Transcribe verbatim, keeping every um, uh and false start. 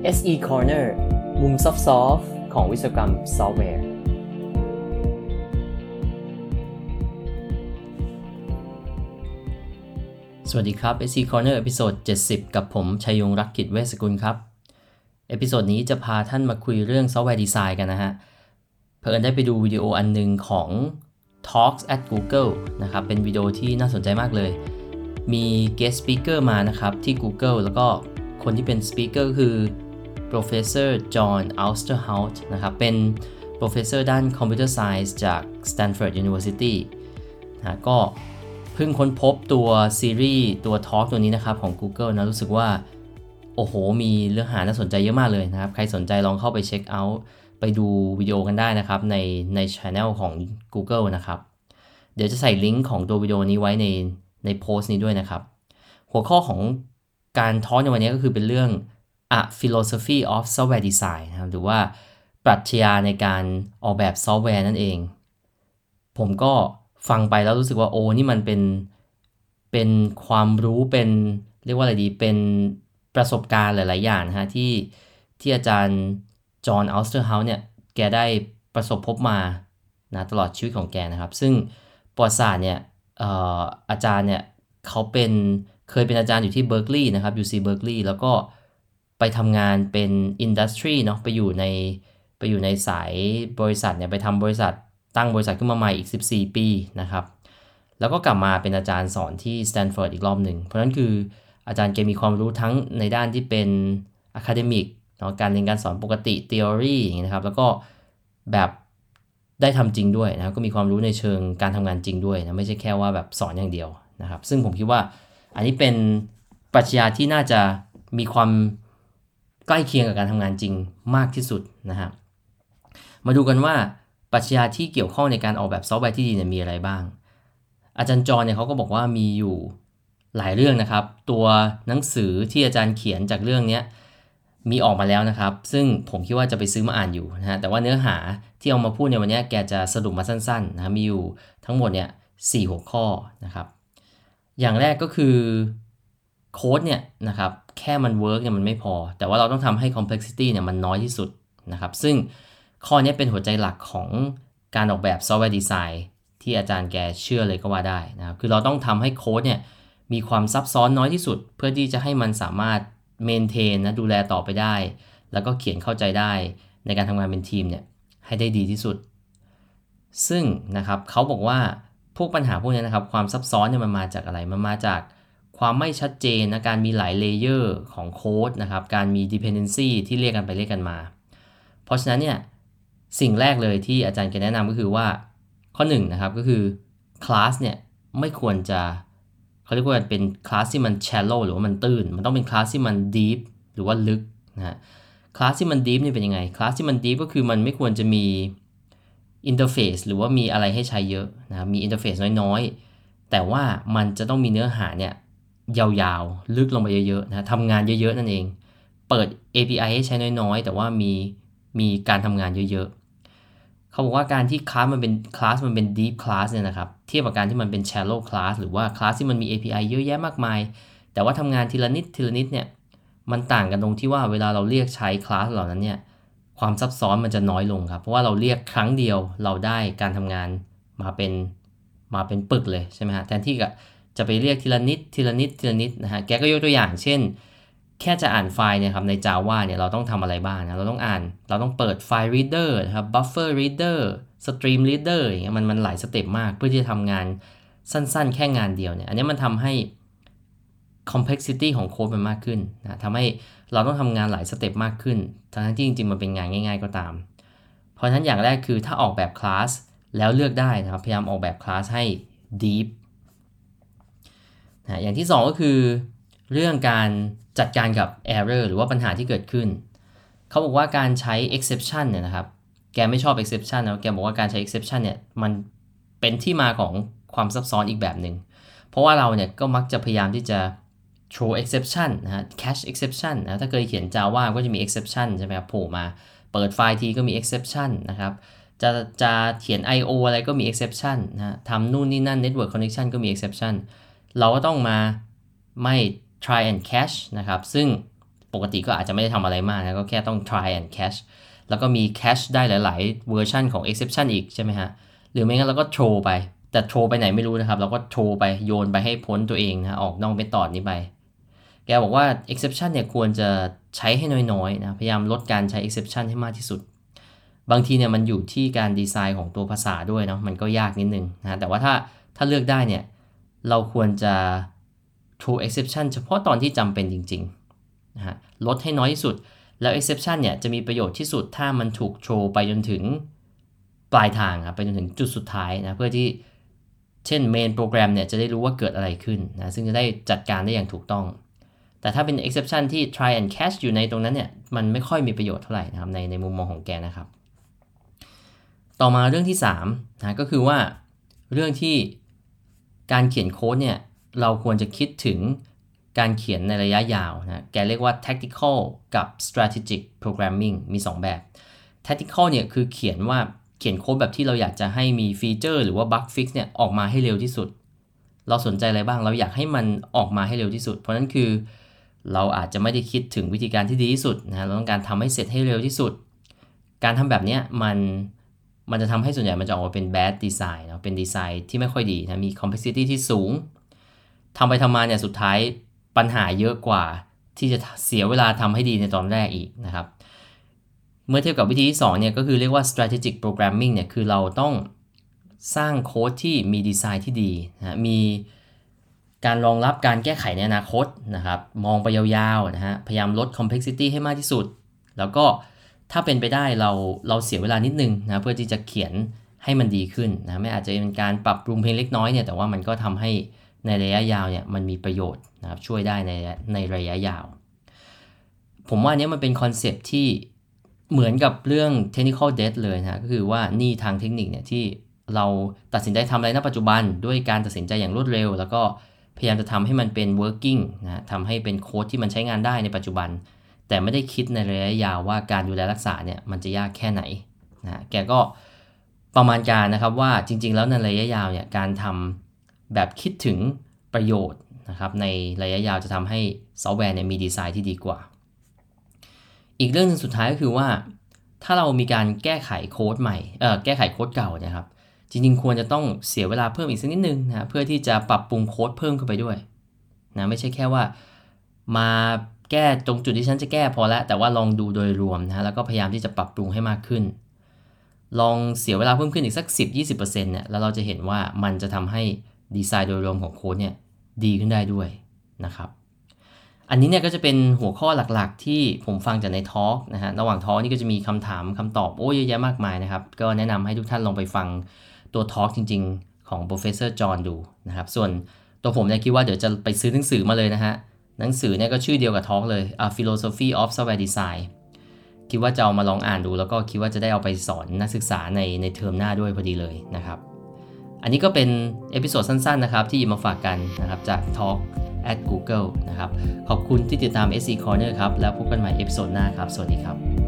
เอส อี Corner มุมซอฟต์ๆของวิศวกรรมซอฟต์แวร์สวัสดีครับ เอส อี Corner เอพิโซดเจ็ดสิบกับผมชัยยงรักกิจเวชสกุลครับเอพิโซดนี้จะพาท่านมาคุยเรื่องซอฟต์แวร์ดีไซน์กันนะฮะเพิ่งได้ไปดูวิดีโออันนึงของ Talks at Google นะครับเป็นวิดีโอที่น่าสนใจมากเลยมี guest speaker มานะครับที่ Google แล้วก็คนที่เป็น speaker คือ Professor John Ousterhout นะครับเป็น Professor ด้าน Computer Science จาก Stanford University นะก็เพิ่งค้นพบตัวซีรีส์ตัว Talk ตัวนี้นะครับของ Google นะรู้สึกว่าโอ้โหมีเรื่องหาน่าสนใจเยอะมากเลยนะครับใครสนใจลองเข้าไปเช็คเอาท์ไปดูวิดีโอกันได้นะครับในใน channel ของ Google นะครับเดี๋ยวจะใส่ลิงก์ของตัววิดีโอนี้ไว้ในในโพสต์นี้ด้วยนะครับหัวข้อของการทอล์กในวันนี้ก็คือเป็นเรื่อง A Philosophy of Software Design นะครับหรือว่าปรัชญาในการออกแบบซอฟต์แวร์นั่นเองผมก็ฟังไปแล้วรู้สึกว่าโอ้นี่มันเป็นเป็นความรู้เป็นเรียกว่าอะไรดีเป็นประสบการณ์หลายๆอย่างนะฮะที่ที่อาจารย์จอห์นอัลสเตอร์เฮาส์เนี่ยแกได้ประสบพบมานะตลอดชีวิตของแกนะครับซึ่งประวัติศาสตร์เนี่ยเอ่ออาจารย์เนี่ยเขาเป็นเคยเป็นอาจารย์อยู่ที่เบิร์กลีย์นะครับ ยู ซี เบิร์กลีย์แล้วก็ไปทำงานเป็นอินดัสทรีเนาะไปอยู่ในไปอยู่ในสายบริษัทเนี่ยไปทำบริษัทตั้งบริษัทขึ้นมาใหม่อีกสิบสี่ปีนะครับแล้วก็กลับมาเป็นอาจารย์สอนที่สแตนฟอร์ดอีกรอบหนึ่งเพราะนั้นคืออาจารย์แกมีความรู้ทั้งในด้านที่เป็นอะคาเดมิกเนาะการเรียนการสอนปกติ theory อย่างนี้นะครับแล้วก็แบบได้ทำจริงด้วยนะครับก็มีความรู้ในเชิงการทำงานจริงด้วยนะไม่ใช่แค่ว่าแบบสอนอย่างเดียวนะครับซึ่งผมคิดว่าอันนี้เป็นปรัชญาที่น่าจะมีความใกล้เคียงกับการทำงานจริงมากที่สุดนะครับมาดูกันว่าปรัชญาที่เกี่ยวข้องในการออกแบบซอฟต์แวร์ที่ดีเนี่ยมีอะไรบ้างอาจารย์จอห์นเนี่ยเขาก็บอกว่ามีอยู่หลายเรื่องนะครับตัวหนังสือที่อาจารย์เขียนจากเรื่องนี้มีออกมาแล้วนะครับซึ่งผมคิดว่าจะไปซื้อมาอ่านอยู่นะฮะแต่ว่าเนื้อหาที่เอามาพูดในวันนี้แกจะสรุปมาสั้นๆนะมีอยู่ทั้งหมดเนี่ยสี่หัวข้อนะครับอย่างแรกก็คือโค้ดเนี่ยนะครับแค่มันเวิร์กเนี่ยมันไม่พอแต่ว่าเราต้องทำให้ complexity เนี่ยมันน้อยที่สุดนะครับซึ่งข้อนี้เป็นหัวใจหลักของการออกแบบซอฟต์แวร์ดีไซน์ที่อาจารย์แกเชื่อเลยก็ว่าได้นะครับคือเราต้องทำให้โค้ดเนี่ยมีความซับซ้อนน้อยที่สุดเพื่อที่จะให้มันสามารถเมนเทนนะดูแลต่อไปได้แล้วก็เขียนเข้าใจได้ในการทำงานเป็นทีมเนี่ยให้ได้ดีที่สุดซึ่งนะครับเขาบอกว่าพวกปัญหาพวกนี้นะครับความซับซ้อนเนี่ยมันมาจากอะไรมันมาจากความไม่ชัดเจนนะการมีหลายเลเยอร์ของโค้ดนะครับการมี dependency ที่เรียกกันไปเรียกกันมาเพราะฉะนั้นเนี่ยสิ่งแรกเลยที่อาจารย์แกแนะนำก็คือว่าข้อหนึ่งนะครับก็คือคลาสเนี่ยไม่ควรจะเขาเรียกว่าเป็นคลาสที่มัน shallow หรือว่ามันตื้นมันต้องเป็นคลาสที่มัน deep หรือว่าลึกนะฮะคลาสที่มัน deep นี่เป็นยังไงคลาสที่มัน deep ก็คือมันไม่ควรจะมีอินเทอร์เฟซหรือว่ามีอะไรให้ใช้เยอะนะมีอินเทอร์เฟซน้อยๆแต่ว่ามันจะต้องมีเนื้อหาเนี่ยยาวๆลึกลงไปเยอะๆนะทำงานเยอะๆนั่นเองเปิด เอ พี ไอ ให้ใช้น้อยๆแต่ว่ามีมีการทำงานเยอะๆเขาบอกว่าการที่คลาสมันเป็นคลาสมันเป็น deep class เนี่ยนะครับเทียบกับการที่มันเป็น shallow class หรือว่าคลาสที่มันมี เอ พี ไอ เยอะแยะมากมายแต่ว่าทำงานทีละนิดทีละนิดเนี่ยมันต่างกันตรงที่ว่าเวลาเราเรียกใช้คลาสเหล่านั้นเนี่ยความซับซ้อนมันจะน้อยลงครับเพราะว่าเราเรียกครั้งเดียวเราได้การทำงานมาเป็นมาเป็นปึกเลยใช่ไหมฮะแทนที่จะไปเรียกทีละนิดทีละนิดทีละนิดนะฮะแกก็ยกตัวอย่างเช่นแค่จะอ่านไฟล์เนี่ยครับใน Java เนี่ยเราต้องทำอะไรบ้างนะเราต้องอ่านเราต้องเปิดไฟล์ reader นะครับ buffer reader stream reader อย่างเงี้ยมันมันหลายสเต็ปมากเพื่อที่จะทำงานสั้นๆแค่งานเดียวเนี่ยอันนี้มันทำให้ complexity ของโค้ดมันมากขึ้นนะทำให้เราต้องทำงานหลายสเต็ปมากขึ้นทั้งที่จริงๆมันเป็นงานง่ายๆก็ตามเพราะฉะนั้นอย่างแรกคือถ้าออกแบบคลาสแล้วเลือกได้นะครับพยายามออกแบบคลาสให้ deep นะอย่างที่สองก็คือเรื่องการจัดการกับ error หรือว่าปัญหาที่เกิดขึ้นเขาบอกว่าการใช้ exception เนี่ยนะครับแกไม่ชอบ exception นะแกบอกว่าการใช้ exception เนี่ยมันเป็นที่มาของความซับซ้อนอีกแบบหนึ่งเพราะว่าเราเนี่ยก็มักจะพยายามที่จะ throw exception นะฮะ catch exception นะถ้าเคยเขียน Java ก็จะมี exception ใช่ไหมครับโผล่มาเปิดไฟล์ทีก็มี exception นะครับจะจะเขียน ไอ โอ อะไรก็มี exception นะทำนู่นนี่นั่น network connection ก็มี exception เราก็ต้องมาไม่ try and catch นะครับซึ่งปกติก็อาจจะไม่ได้ทำอะไรมากนะก็แค่ต้อง try and catch แล้วก็มี catch ได้หลายๆเวอร์ชันของ exception อีกใช่ไหมฮะหรือไม่งั้นเราก็ throw ไปแต่ throw ไปไหนไม่รู้นะครับเราก็ throw ไปโยนไปให้พ้นตัวเองนะออกนอกเมธอดนี้ไปแกบอกว่า exception เนี่ยควรจะใช้ให้น้อยๆนะพยายามลดการใช้ exception ให้มากที่สุดบางทีเนี่ยมันอยู่ที่การดีไซน์ของตัวภาษาด้วยเนาะมันก็ยากนิดนึงนะแต่ว่าถ้าถ้าเลือกได้เนี่ยเราควรจะ throw exception เฉพาะตอนที่จำเป็นจริงๆนะฮะลดให้น้อยที่สุดแล้ว exception เนี่ยจะมีประโยชน์ที่สุดถ้ามันถูก throw ไปจนถึงปลายทางครับไปจนถึงจุดสุดท้ายนะเพื่อที่เช่น main program เนี่ยจะได้รู้ว่าเกิดอะไรขึ้นนะซึ่งจะได้จัดการได้อย่างถูกต้องแต่ถ้าเป็น exception ที่ try and catch อยู่ในตรงนั้นเนี่ยมันไม่ค่อยมีประโยชน์เท่าไหร่นะครับในในมุมมองของแกนะครับต่อมาเรื่องที่สามนะก็คือว่าเรื่องที่การเขียนโค้ดเนี่ยเราควรจะคิดถึงการเขียนในระยะยาวนะแกเรียกว่า tactical กับ strategic programming มีสองแบบ tactical เนี่ยคือเขียนว่าเขียนโค้ดแบบที่เราอยากจะให้มีฟีเจอร์หรือว่า bug fix เนี่ยออกมาให้เร็วที่สุดเราสนใจอะไรบ้างเราอยากให้มันออกมาให้เร็วที่สุดเพราะนั้นคือเราอาจจะไม่ได้คิดถึงวิธีการที่ดีที่สุดนะเราต้องการทำให้เสร็จให้เร็วที่สุดการทำแบบนี้มันมันจะทำให้ส่วนใหญ่มันจะออกมาเป็น bad design เนาะเป็นดีไซน์ที่ไม่ค่อยดีนะมี complexity ที่สูงทำไปทำมาเนี่ยสุดท้ายปัญหาเยอะกว่าที่จะเสียเวลาทำให้ดีในตอนแรกอีกนะครับเมื่อเทียบกับวิธีที่สองเนี่ยก็คือเรียกว่า strategic programming เนี่ยคือเราต้องสร้างโค้ดที่มีดีไซน์ที่ดีนะมีการรองรับการแก้ไขในอนาคตนะครับมองไปยาวๆนะฮะพยายามลด complexity ให้มากที่สุดแล้วก็ถ้าเป็นไปได้เราเราเสียเวลานิดนึงนะเพื่อที่จะเขียนให้มันดีขึ้นนะไม่อาจจะเป็นการปรับปรุงเพียงเล็กน้อยเนี่ยแต่ว่ามันก็ทำให้ในระยะยาวเนี่ยมันมีประโยชน์นะครับช่วยได้ในในระยะยาวผมว่านี้มันเป็นคอนเซปต์ที่เหมือนกับเรื่อง technical debt เลยนะก็คือว่านี่ทางเทคนิคเนี่ยที่เราตัดสินใจทำอะไรณปัจจุบันด้วยการตัดสินใจอย่างรวดเร็วแล้วก็พยายามจะทำให้มันเป็น working นะทำให้เป็นโค้ดที่มันใช้งานได้ในปัจจุบันแต่ไม่ได้คิดในระยะยาวว่าการดูแลรักษาเนี่ยมันจะยากแค่ไหนนะแกก็ประมาณการนะครับว่าจริงๆแล้วในระยะยาวเนี่ยการทำแบบคิดถึงประโยชน์นะครับในระยะยาวจะทำให้ซอฟต์แวร์เนี่ยมีดีไซน์ที่ดีกว่าอีกเรื่องนึงสุดท้ายก็คือว่าถ้าเรามีการแก้ไขโค้ดใหม่เอ่อแก้ไขโค้ดเก่านะครับจริงๆควรจะต้องเสียเวลาเพิ่มอีกสักนิดนึงนะเพื่อที่จะปรับปรุงโค้ดเพิ่มเข้าไปด้วยนะไม่ใช่แค่ว่ามาแก้ตรงจุดที่ฉันจะแก้พอแล้วแต่ว่าลองดูโดยรวมนะแล้วก็พยายามที่จะปรับปรุงให้มากขึ้นลองเสียเวลาเพิ่มขึ้นอีกสัก สิบถึงยี่สิบเปอร์เซ็นต์ เนี่ยแล้วเราจะเห็นว่ามันจะทำให้ดีไซน์โดยรวมของโค้ดเนี่ยดีขึ้นได้ด้วยนะครับอันนี้เนี่ยก็จะเป็นหัวข้อหลักๆที่ผมฟังจากในทอล์กนะฮะระหว่างทอล์กนี่ก็จะมีคำถามคำตอบโอ้เยอะแยะมากมายนะครับก็แนะนำให้ทุกท่านลองไปฟังตัวทอล์กจริงๆของ Professor John ดูนะครับส่วนตัวผมเนี่ยคิดว่าเดี๋ยวจะไปซื้อหนังสือมาเลยนะฮะหนังสือเนี่ยก็ชื่อเดียวกับทอล์กเลย A Philosophy of Software Design คิดว่าจะเอามาลองอ่านดูแล้วก็คิดว่าจะได้เอาไปสอนนักศึกษาในในเทอมหน้าด้วยพอดีเลยนะครับอันนี้ก็เป็นเอพิโซดสั้นๆนะครับที่มาฝากกันนะครับจาก Talk at Google นะครับขอบคุณที่ติดตาม เอส อี Corner ครับแล้วพบกันใหม่เอพิโซดหน้าครับสวัสดีครับ